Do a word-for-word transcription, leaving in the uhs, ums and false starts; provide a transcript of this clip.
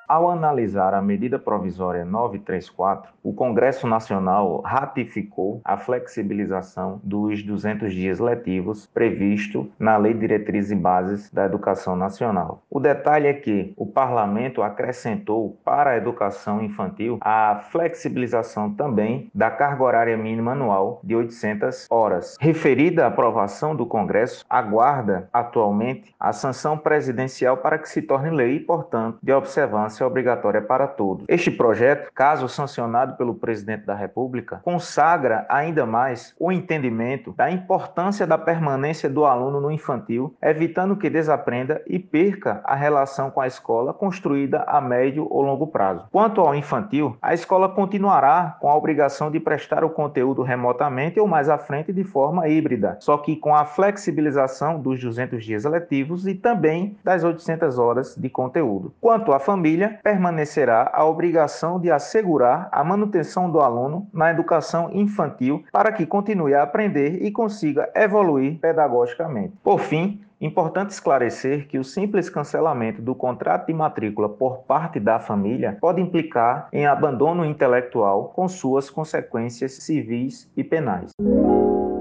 Ao analisar a medida provisória novecentos e trinta e quatro, o Congresso Nacional ratificou a flexibilização dos duzentos dias letivos previsto na Lei de Diretrizes e Bases da Educação Nacional. O detalhe é que o Parlamento acrescentou para a educação infantil a flexibilização também da carga horária mínima anual de oitocentas horas. Referida aprovação do Congresso, aguarda atualmente a sanção presidencial para que se torne lei e, portanto, de observância obrigatória para todos. Este projeto, caso sancionado pelo presidente da República, consagra ainda mais o entendimento da importância da permanência do aluno no infantil, evitando que desaprenda e perca a relação com a escola construída a médio ou longo prazo. Quanto ao infantil, a escola continuará com a obrigação de prestar o conteúdo remotamente ou mais à frente de forma híbrida, só que com a flexibilização dos duzentos dias letivos e também das oitocentas horas de conteúdo. Quanto à família, permanecerá a obrigação de assegurar a manutenção do aluno na educação infantil para que continue a aprender e consiga evoluir pedagogicamente. Por fim, importante esclarecer que o simples cancelamento do contrato de matrícula por parte da família pode implicar em abandono intelectual com suas consequências civis e penais.